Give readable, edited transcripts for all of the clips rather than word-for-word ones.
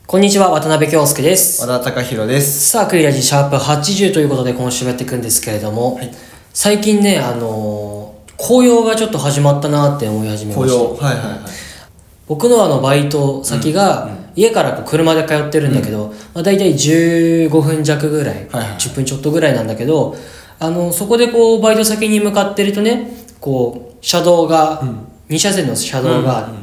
こんにちは、渡辺京介です。 和田貴弘です。 さあ、クイラジシャープ80ということで今週もやっていくんですけれども、最近ね、紅葉がちょっと始まったなって思い始めました。 紅葉、 僕のバイト先が、家からこう車で通ってるんだけど、だいたい15分弱ぐらい、10分ちょっとぐらいなんだけど、そこでこうバイト先に向かってるとね、こう車道が、2車線の車道があって、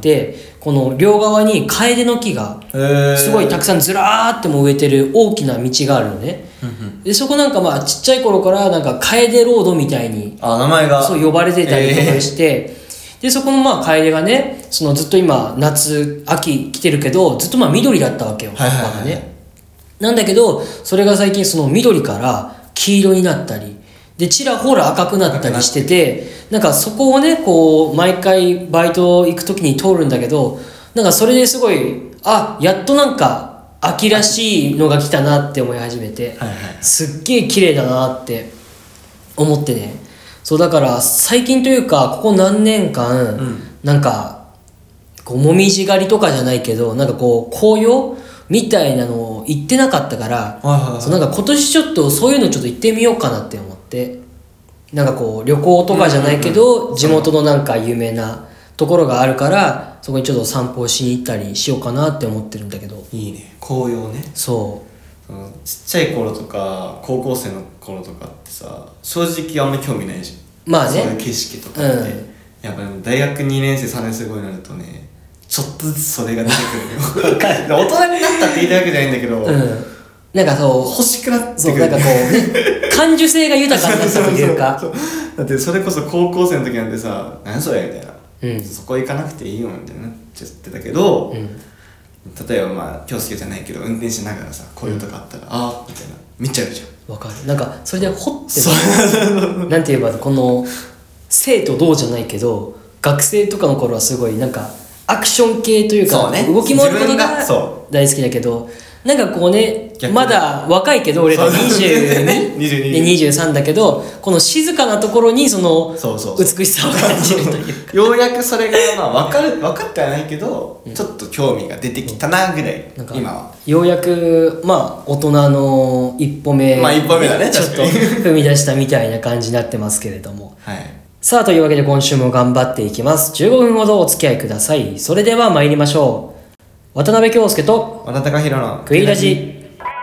この両側に楓の木がすごいたくさんずらーっても植えてる大きな道があるのね。でそこなんかちっちゃい頃からなんか楓ロードみたいに名前がそう呼ばれてたりとかして、でそこの楓がね、そのずっと今夏秋来てるけどずっと緑だったわけよ、葉っぱがね。なんだけどそれが最近その緑から黄色になったりでちらほら赤くなったりしてて、なんかそこをねこう毎回バイト行く時に通るんだけど、なんかそれですごいやっとなんか秋らしいのが来たなって思い始めて、すっげえ綺麗だなって思ってね。そうだから最近というかここ何年間、なんかこうもみじ狩りとかじゃないけどなんかこう紅葉みたいなのを行ってなかったから、そうなんか今年ちょっとそういうのちょっと行ってみようかなって思って、なんかこう旅行とかじゃないけど、地元のなんか有名なところがあるからそこにちょっと散歩しに行ったりしようかなって思ってるんだけど。 いいね、紅葉ね。 そうちっちゃい頃とか高校生の頃とかってさ、正直あんまり興味ないじゃん。そういう景色とかって、やっぱり大学2年生3年生ぐらいになるとね、ちょっとずつそれが出てくるよ大人になったって言いたいわけじゃないんだけど、 なんかそう欲しくなってくる。 そうなんかこうね感受性が豊かになったというかそうだってそれこそ高校生の時なんてさ、何それみたいな、そこ行かなくていいよみたいになっちゃってたけど、例えば京介じゃないけど運転しながらさ紅葉とかあったら、みたいな見ちゃうじゃん。 わかる。なんかそれでほってなんて言えばこの生と同じゃないけど学生とかの頃はすごいなんかアクション系というか、動き回ることが大好きだけど、なんかこうねまだ若いけど俺ら22で23だけど、この静かなところにその美しさを感じるというかようやくそれが分かってはないけど、ちょっと興味が出てきたなぐらい、今はようやく大人の一歩目一歩目だね、 ちょっと踏み出したみたいな感じになってますけれども、 はい。 さあというわけで今週も頑張っていきます。15分ほどお付き合いください。それでは参りましょう。渡辺京介と和田貴弘のクイラジ。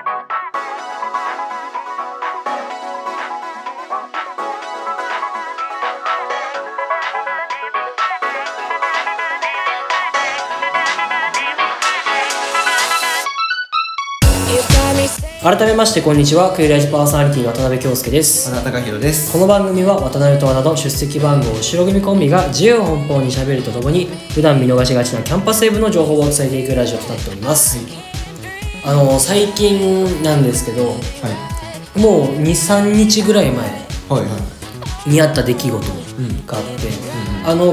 改めましてこんにちは、クイラジパーソナリティの渡辺京介です。 和田貴弘です。 この番組は渡辺と和田の出席番号後ろ組コンビが自由奔放にしゃべるとともに普段見逃しがちなキャンパスウェブの情報を伝えていくラジオとなっております。最近なんですけど、もう 2,3 日ぐらい前にあった出来事があって、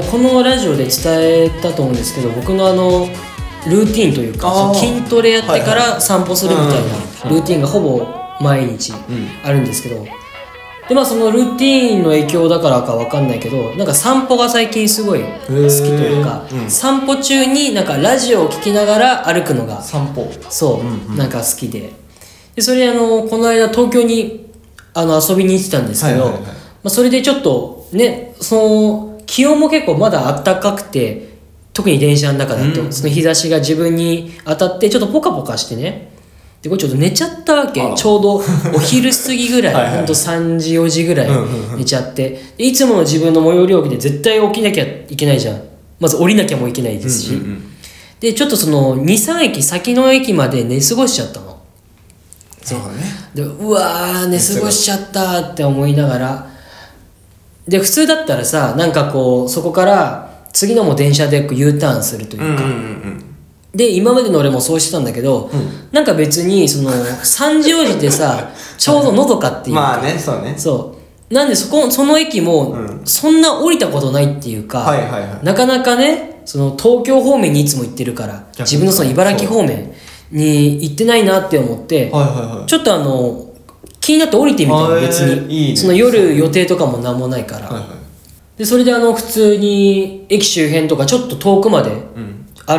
このラジオで伝えたと思うんですけど、僕のルーティンというか筋トレやってから散歩するみたいなルーティンがほぼ毎日あるんですけど、でそのルーティンの影響だからか分かんないけど、なんか散歩が最近すごい好きというか、散歩中になんかラジオを聞きながら歩くのがなんか好きで、それでこの間東京に遊びに行ってたんですけど、それでちょっとね、その気温も結構まだ暖かくて、特に電車の中だとその日差しが自分に当たってちょっとポカポカしてね、でこれちょっと寝ちゃったわけ。ちょうどお昼過ぎぐらいほんと3時4時ぐらい寝ちゃって、いつもの自分の最寄り駅で絶対起きなきゃいけないじゃん。まず降りなきゃもいけないですし、でちょっとその 2,3 駅先の駅まで寝過ごしちゃったの。でうわー寝過ごしちゃったって思いながら、で普通だったらさ、なんかこうそこから次のも電車でU ターンするというか、で今までの俺もそうしてたんだけど、なんか別にその3時4時ってさちょうどのどかっていうか、そうなんでその駅もそんな降りたことないっていうか、なかなかねその東京方面にいつも行ってるから自分のその茨城方面に行ってないなって思って、ちょっと気になって降りてみたの。別にその夜予定とかもなんもないから、でそれで普通に駅周辺とかちょっと遠くまで歩い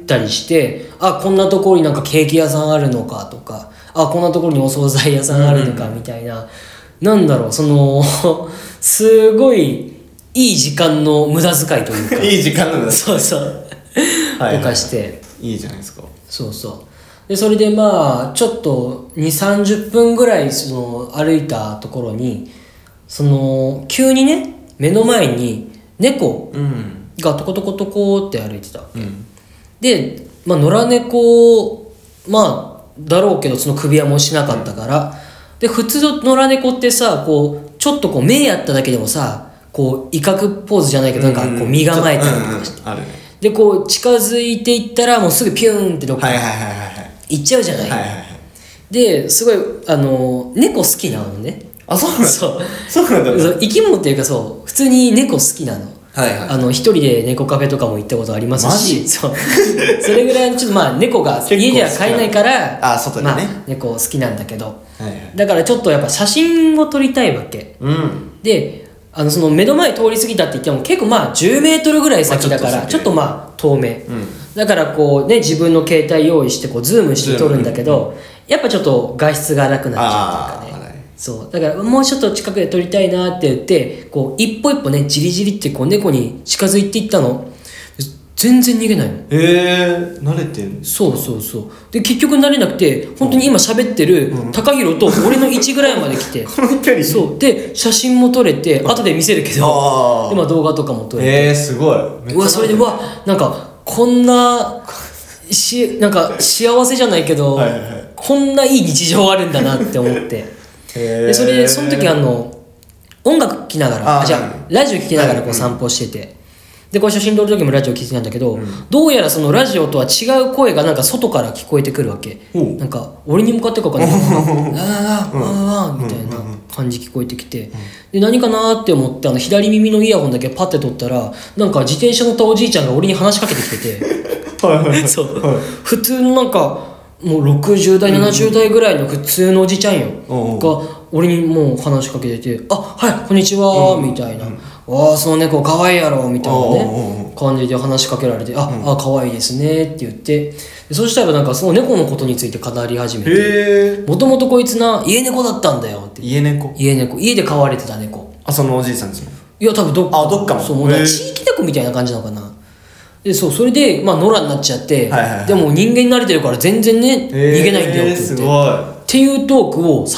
たりして、あ、こんなところになんかケーキ屋さんあるのかとか、あ、こんなところにお惣菜屋さんあるのかみたいな、なんだろう、そのすごいいい時間の無駄遣いというかいい時間の無駄遣い、 そうそうとかして、 いいじゃないですか。 そうそう。でそれでまあちょっと2、30分ぐらいその歩いたところに、その急にね、目の前に猫がトコトコトコって歩いてたわけ、で、まあ、野良猫まあだろうけど、その首輪もしなかったから、で普通の野良猫ってさ、こうちょっとこう目やっただけでもさ、こう威嚇ポーズじゃないけど、なんかこう身構えたりとかして、 あるね。 でこう近づいていったらもうすぐピューンってどっか行っちゃうじゃない。ですごい猫好きなのね。 あ、そうなんだ。 そうなんだ。生き物っていうか、そう普通に猫好きなの。一人で猫カフェとかも行ったことありますし、それぐらいのちょっとまあ猫が家では飼えないから外でね、 まあ、猫好きなんだけど、だからちょっとやっぱ写真を撮りたいわけ、でその目の前通り過ぎたって言っても結構まあ10メートルぐらい先だから、ちょっとまあ遠目、だからこうね、自分の携帯用意してこうズームして撮るんだけど、やっぱちょっと画質が荒くなっちゃうっていうかね。そうだからもうちょっと近くで撮りたいなって言って、こう一歩一歩ね、じりじりってこう猫に近づいていったの。全然逃げないの。 慣れてる。 そうで結局慣れなくて、本当に今喋ってる高弘と俺の位置ぐらいまで来てこの距離。 そうで写真も撮れて、後で見せるけど、でまあ動画とかも撮れて、 すごい。 うわ、それでなんかこんななんか幸せじゃないけど、こんないい日常あるんだなって思ってでその時音楽聴きながら、ラジオ聴きながらこう散歩してて、でこう写真撮る時もラジオ聴いてたんだけど、どうやらそのラジオとは違う声がなんか外から聞こえてくるわけ。なんか俺に向かってかわかんないみたいな感じ聞こえてきて、で何かなって思って左耳のイヤホンだけパッて取ったら、なんか自転車乗ったおじいちゃんが俺に話しかけてきててそう、普通のなんかもう60代70代ぐらいの普通のおじちゃんよ、が俺にもう話しかけてて、あ、はいこんにちはみたいな、わあその猫かわいいやろみたいなね感じで話しかけられて、あかわいいですねって言って、そしたらなんかその猫のことについて語り始めて、もともとこいつ家猫だったんだよって。家で飼われてた猫。 そのおじいさんですね。 いや多分どっかもそう、地域猫みたいな感じなのかな。でそれでまあ野良になっちゃって、でも人間に慣れてるから全然ね、逃げないんだよって言って、 すごいっていうトークを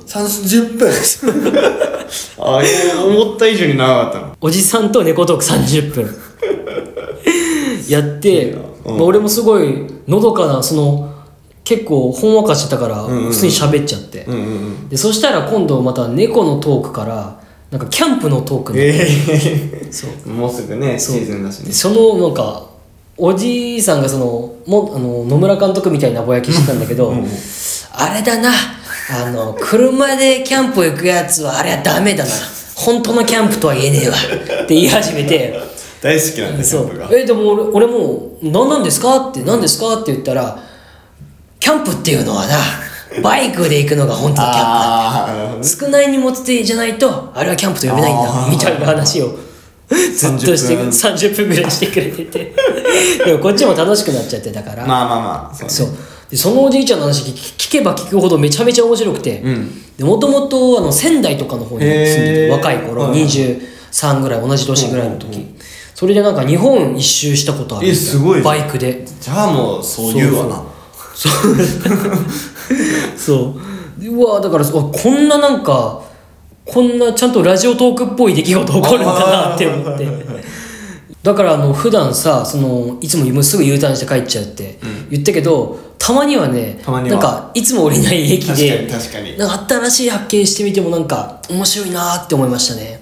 30分思った以上に長かったの。 おじさんと猫トーク30分やって、俺もすごいのどかな、結構ほんわかしてたから普通に喋っちゃって、でそしたら今度また猫のトークからなんかキャンプのトークになって、 そうもうすぐねシーズンだしね。 なんかおじいさんが野村監督みたいなぼやきしてたんだけどあれだな、車でキャンプ行くやつはあれはダメだな、本当のキャンプとは言えねえわって言い始めて大好きなんだキャンプが。 でも俺も何なんですかって言ったら、キャンプっていうのはな、バイクで行くのが本当のキャンプなんだ、少ない荷物でじゃないとあれはキャンプと呼べないんだみたいな話をずっとして30分ぐらいしてくれててでもこっちも楽しくなっちゃってたから、 まあそうでそのおじいちゃんの話聞けば聞くほどめちゃめちゃ面白くて、もともと仙台とかの方に住んでて、若い頃23ぐらい、同じ年ぐらいの時、それでなんか日本一周したことある。 すごいバイクで。 じゃあもうそういうわな。 そううわ、だからこんななんかこんなちゃんとラジオトークっぽい出来事起こるんだなって思ってだから普段さ、いつもすぐ U ターンして帰っちゃうって言ったけど、たまにはね、なんかいつも降りない駅で確かになんか新しい発見してみてもなんか面白いなって思いましたね。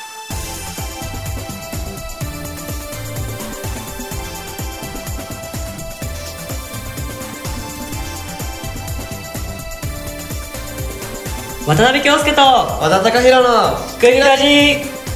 渡辺京介と和田貴弘のクイラジ。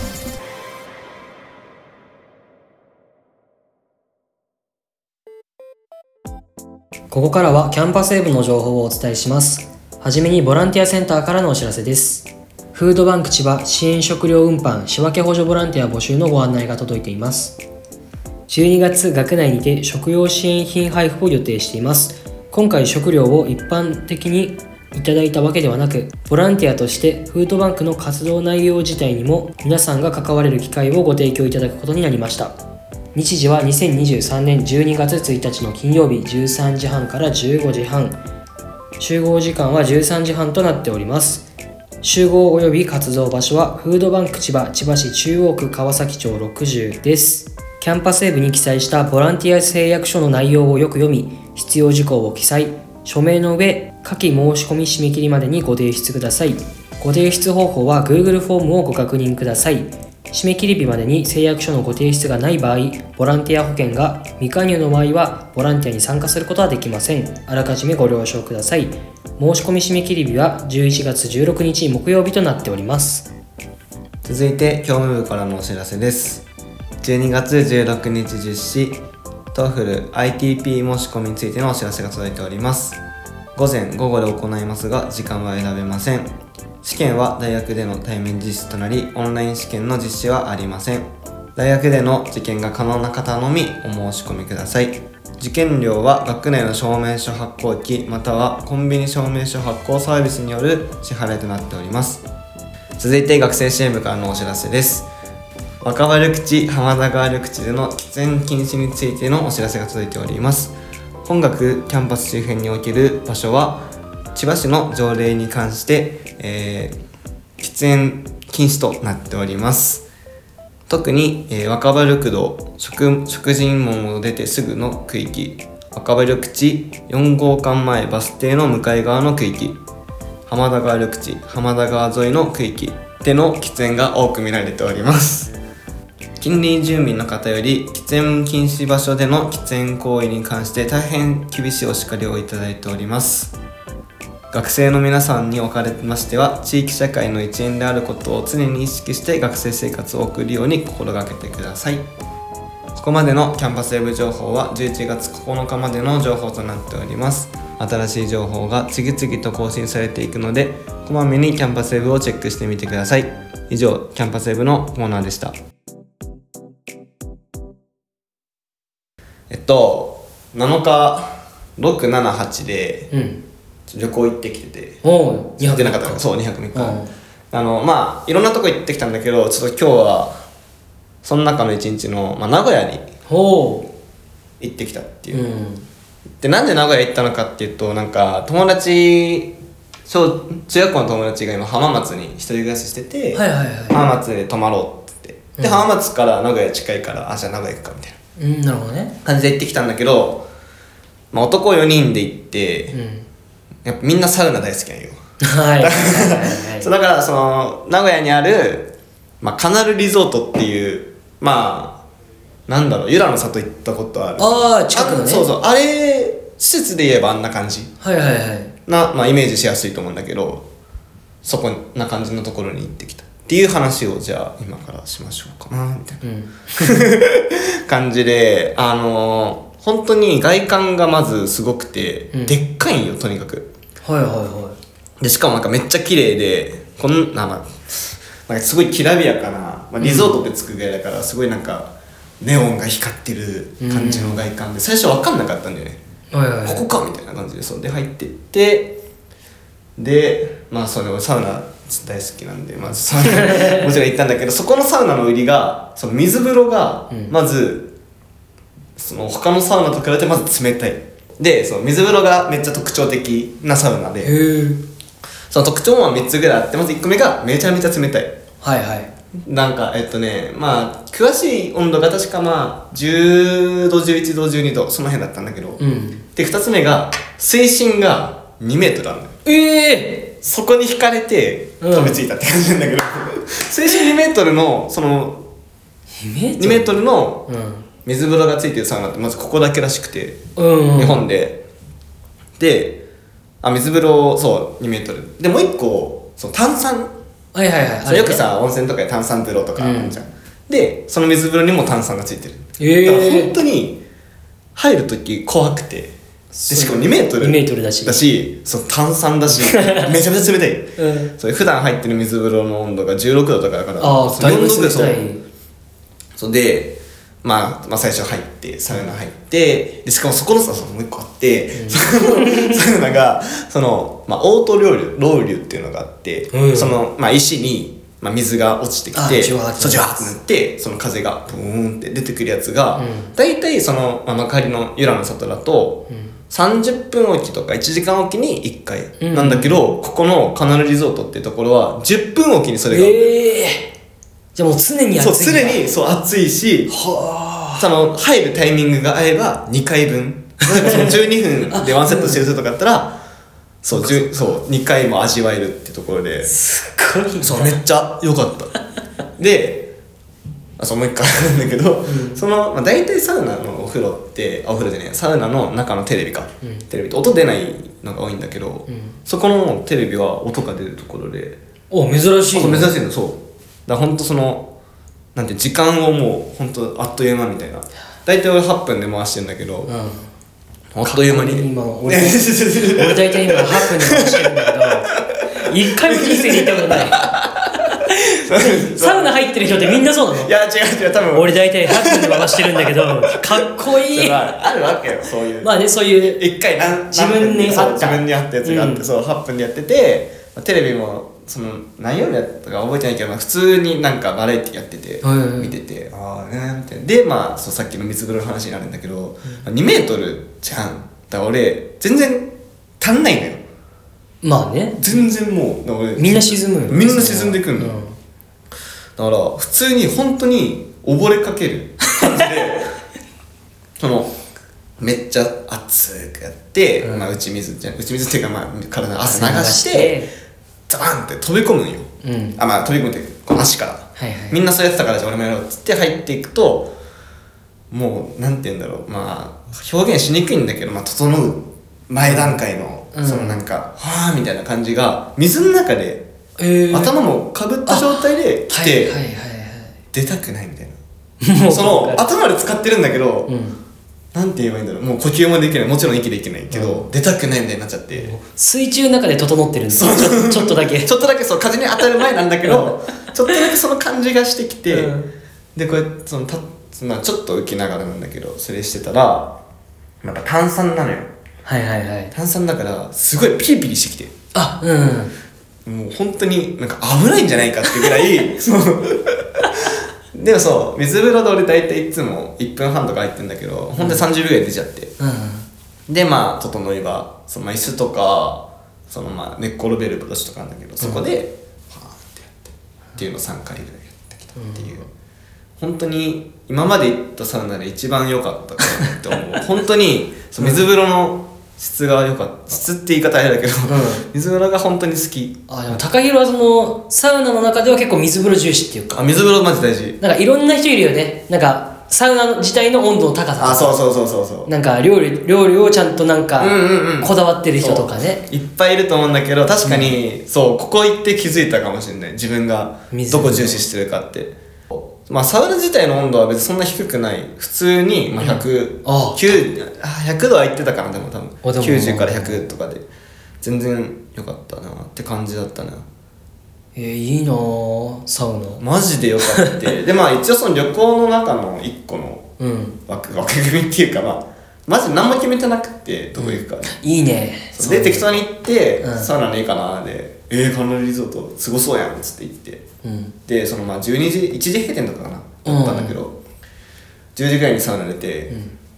ここからはキャンパスウェブの情報をお伝えします。はじめにボランティアセンターからのお知らせです。フードバンク千葉支援食料運搬仕分け補助ボランティア募集のご案内が届いています。 12月学内にて食用支援品配布を予定しています。今回食料を一般的にいただいたわけではなく、ボランティアとしてフードバンクの活動内容自体にも皆さんが関われる機会をご提供いただくことになりました。日時は2023年12月1日の金曜日13時半から15時半。集合時間は13時半となっております。集合及び活動場所はフードバンク千葉市中央区川崎町60です。キャンパスウェブに記載したボランティア誓約書の内容をよく読み、必要事項を記載、署名の上、下記申し込み締め切りまでにご提出ください。ご提出方法は Google フォームをご確認ください。締め切り日までに誓約書のご提出がない場合、ボランティア保険が未加入の場合はボランティアに参加することはできません。あらかじめご了承ください。申し込み締め切り日は11月16日木曜日となっております。 続いて教務部からのお知らせです。12月16日実施 TOEFL ITP 申し込みについてのお知らせが届いております。午前午後で行いますが時間は選べません。試験は大学での対面実施となり、オンライン試験の実施はありません。大学での受験が可能な方のみお申し込みください。受験料は学内の証明書発行機またはコンビニ証明書発行サービスによる支払いとなっております。続いて学生支援部からのお知らせです。若葉緑地、浜田川緑地での喫煙禁止についてのお知らせが届いております。本学キャンパス周辺における場所は千葉市の条例に関して、喫煙禁止となっております。特に、若葉緑道食人門を出てすぐの区域、若葉緑地4号館前バス停の向かい側の区域、浜田川緑地浜田川沿いの区域での喫煙が多く見られております。近隣住民の方より喫煙禁止場所での喫煙行為に関して大変厳しいお叱りをいただいております。学生の皆さんにおかれましては地域社会の一員であることを常に意識して学生生活を送るように心がけてください。ここまでのキャンパスウェブ情報は11月9日までの情報となっております。新しい情報が次々と更新されていくので、こまめにキャンパスウェブをチェックしてみてください。以上、キャンパスウェブのコーナーでした。7日6、7、8で旅行行ってきてて、2泊3日。そう、2泊3日。いろんなとこ行ってきたんだけど、ちょっと今日はその中の1日の、名古屋に行ってきたっていう、でなんで名古屋行ったのかっていうと、なんか友達中学校の友達が今浜松に一人暮らししてて、浜松で泊まろうって言って、で浜松から名古屋近いから、じゃあ名古屋行くかみたいななるほどね感じで行ってきたんだけど、男4人で行って、やっぱみんなサウナ大好きなんよ。そうだからその名古屋にある、カナルリゾートっていうなんだろう、由良の里行ったことある。 近くのね。 そうあれ施設で言えばあんな感じな、イメージしやすいと思うんだけど、そこな感じのところに行ってきたっていう話をじゃあ今からしましょうかなみたいな、感じで、本当に外観がまずすごくて、でっかいんよとにかく。でしかもなんかめっちゃ綺麗で、なんかすごいきらびやかな、リゾートってつくぐらいだから、すごいなんかネオンが光ってる感じの外観で、最初分かんなかったんだよね、ここかみたいな感じで。そうで入ってって、でそれをサウナ大好きなんで、まずサウナもちろん行ったんだけど、そこのサウナの売りが、その水風呂がまず、その他のサウナと比べてまず冷たいで、その水風呂がめっちゃ特徴的なサウナで、その特徴も3つぐらいあって、まず1個目がめちゃめちゃ冷たい。なんか詳しい温度が確か10度11度12度その辺だったんだけど、で2つ目が水深が2メートルあるのよ。そこに惹かれて飛びついたって感じなんだけど、水深2メートルのその2メートルの水風呂がついてるサウナってまずここだけらしくて、日本で水風呂そう2メートルで、もう1個その炭酸、よくさ温泉とかで炭酸風呂とかあるじゃん、でその水風呂にも炭酸がついてる、だから本当に入るとき怖くて、でしかも2メートルだしそう炭酸だしめちゃめちゃ冷たい、そう普段入ってる水風呂の温度が16度とかだから、 だいぶ冷たい。 そうでまあ最初入ってサウナ入ってでしかもそこのさもう一個あって、サウナがオートロウリュっていうのがあって、石に、水が落ちてきてジュワーってなってその風がブーンって出てくるやつが、大体幕張の由良の里だと、30分おきとか1時間おきに1回なんだけど、ここのカナルリゾートっていうところは10分おきにそれがじゃあもう常に暑い。 そう常に暑いし、入るタイミングが合えば2回分なんか12分でワンセットしてるとかだったらそう2回も味わえるってところですごいそうめっちゃ良かったでもう一回あるんだけど、大体サウナのお風呂ってお風呂じゃねえサウナの中のテレビか、テレビって音出ないのが多いんだけど、そこのテレビは音が出るところで珍しいのそうだからほんとなんて時間をもうほんとあっという間みたいな大体俺8分で回してんだけど、あっという間に俺大体今8分で回してるんだけど1回も人生で行ったことないサウナ入ってる人ってみんなそうなの？ いや違う多分俺大体8分で回してるんだけどかっこいいあるわけよそういうそういう 1回自分にあったやつがあって、8分でやっててテレビも何曜日だったか覚えてないけど、普通になんかバラエティやってて、見ててみたいなでさっきの水風呂の話になるんだけど、2メートルじゃんだから俺全然足んないのよ全然もう俺みんな沈むよみんな沈んでくんの、だから普通に本当に溺れかける感じでめっちゃ熱くやって、打ち水っていうか体汗流してザバンって飛び込むんよ、飛び込むって足から、みんなそうやってたからじゃあ俺もやろうっつって入っていくともうなんて言うんだろう表現しにくいんだけど整う前段階のなんかはぁみたいな感じが水の中で頭もかぶった状態で来て出たくないみたいな頭で使ってるんだけど、なんて言えばいいんだろうもう呼吸もできないもちろん息できないけど、出たくないみたいになっちゃって水中の中で整ってるんですよちょっとだけそう風に当たる前なんだけどちょっとだけその感じがしてきて、でこれちょっと浮きながらなんだけどそれしてたらなんか炭酸なのよ炭酸だからすごいピリピリしてきてもう本当になんか危ないんじゃないかってぐらいでも水風呂で俺大体いつも1分半とか入ってんだけど、本当に30秒ぐらい出ちゃって、で整えば椅子とか寝っ転べるブラシとかなんだけど、そこではーってやっていうのを3回ぐらいやってきたっていう、本当に今まで行ったサウナで一番良かったかなって思う本当に水風呂の質が良かった質って言い方あれだけど、水風呂が本当に好き。 でも高弘はサウナの中では結構水風呂重視っていうか水風呂マジ大事。 なんかいろんな人いるよね、なんかサウナ自体の温度の高さとかそうなんか料理をちゃんとなんかこだわってる人とかね、 いっぱいいると思うんだけど確かに、ここ行って気づいたかもしれない自分がどこ重視してるかって。サウナ自体の温度は別にそんな低くない普通に100度は行ってたかなでも多分90から100とかで全然良かったなって感じだったな。 いいなサウナマジで良かったで一応旅行の中の一個の枠組みっていうかマジ何も決めてなくてどこ行くか、 いいねで適当に行って、サウナでいいかなでカナルリゾートすごそうやんっつって言って、で12時1時閉店とかかなだったんだけど、10時ぐらいにサウナ出て、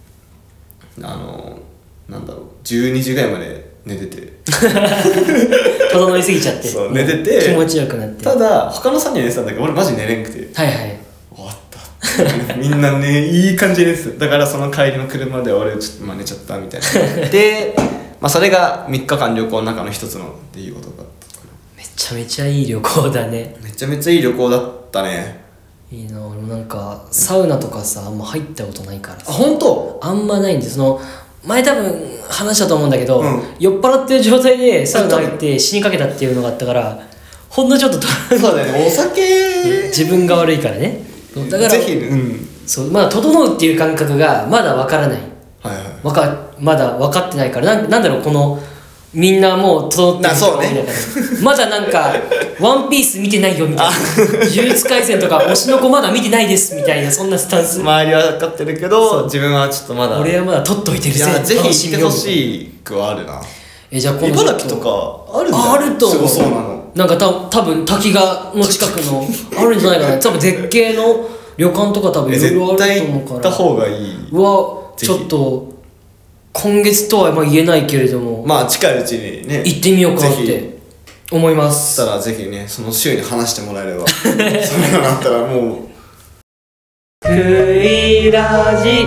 なんだろう12時ぐらいまで寝てて整いすぎちゃって寝てて気持ちよくなって、 ただ他の3人寝てたんだけど俺マジ寝れんくて終わったみんなねいい感じですだからその帰りの車で俺ちょっと寝ちゃったみたいなでそれが3日間旅行の中の一つのっていうことがめちゃめちゃいい旅行だね。 めちゃめちゃいい旅行だったね。 いいな。俺もなんかサウナとかさあんま入ったことないからさ。 本当？ あんまないんで前多分話したと思うんだけど、酔っ払ってる状態でサウナ入って死にかけたっていうのがあったからほんのちょっとそうだねお酒自分が悪いからね。だからぜひ、 そうまだ整うっていう感覚がまだ分からない、まだ分かってないからなんだろうこのみんなもう整ってるそうねまだなんかワンピース見てないよみたいな呪術廻戦とか推しの子まだ見てないですみたいな、そんなスタンス。 周りは分かってるけど自分はちょっとまだ。 俺はまだ取っといてるぜ。 いやぜひ行ってほしいくはあるな。 じゃあ今度茨城とかあるんじゃない？ あると思う。 そうなの。 なんか多分滝がの近くのあるんじゃないかな。多分絶景の旅館とか多分いろいろあると思うから。 絶対行った方がいい。 うわちょっと今月とはまあ言えないけれども、 まあ近いうちにね行ってみようかなって思います。 そしたらぜひねその週に話してもらえればそれがなったらもうクイラジ。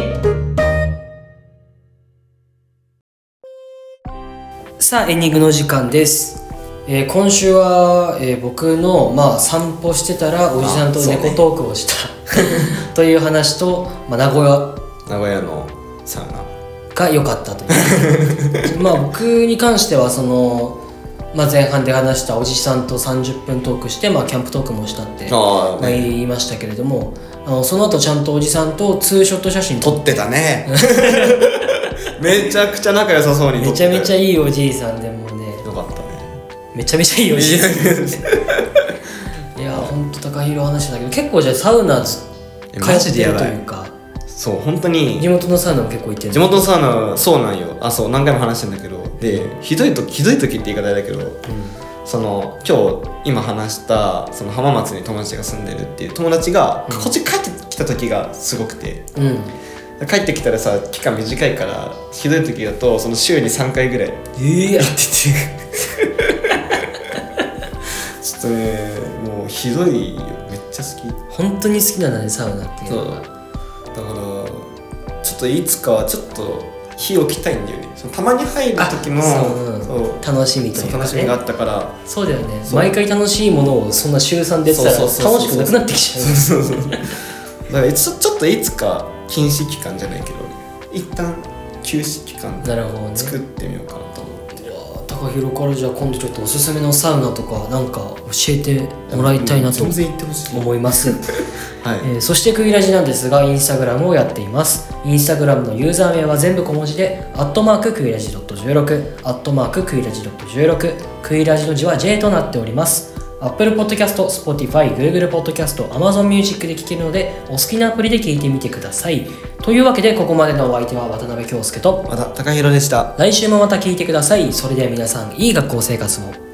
さあエンディングの時間です。今週は、僕の、散歩してたらおじさんと猫トークをした、という話と、名古屋のサウナが良かったという僕に関してはその、前半で話したおじさんと30分トークして、キャンプトークもしたって言いましたけれども、その後ちゃんとおじさんとツーショット写真撮ってたねめちゃくちゃ仲良さそうに撮ってた。 めちゃめちゃいいおじいさんでもうね、 よかったね。 めちゃめちゃいいおじいさんいやほんと高弘話だけど、結構じゃあサウナ通ってるというか、 そう本当に地元のサウナも結構行ってる。 地元のサウナそうなんよ。そう何回も話してんだけど、でひどい時って言い方だけど、その今話したその浜松に友達が住んでるっていう友達が、こっち帰ってきた時がすごくて、帰ってきたらさ期間短いからひどい時だとその週に3回ぐらい行っててちょっとねもうひどいよ。めっちゃ好き。 本当に好きなんだねサウナっていうのが。 だからちょっといつかはちょっと火を置きたいんだよね。そのたまに入る時のそう楽しみというか、ね、 楽しみがあったから。そうだよね。毎回楽しいものをそんな週3でやってたら楽しくなくなってきちゃう。 そうだからちょっといつか禁止期間じゃないけど一旦休止期間作ってみようかなと思って。 高弘からじゃあ今度ちょっとおすすめのサウナとかなんか教えてもらいたいなと思いますはい。そしてクイラジなんですがインスタグラムをやっています。インスタグラムのユーザー名は全部小文字でクイラジ.16クイラジ.16、クイラジの字は J となっております。Apple Podcast、Spotify、Google Podcast、Amazon Music で聴けるのでお好きなアプリで聴いてみてください。というわけでここまでのお相手は渡辺京介と高弘でした。 来週もまた聴いてください。それでは皆さんいい学校生活を。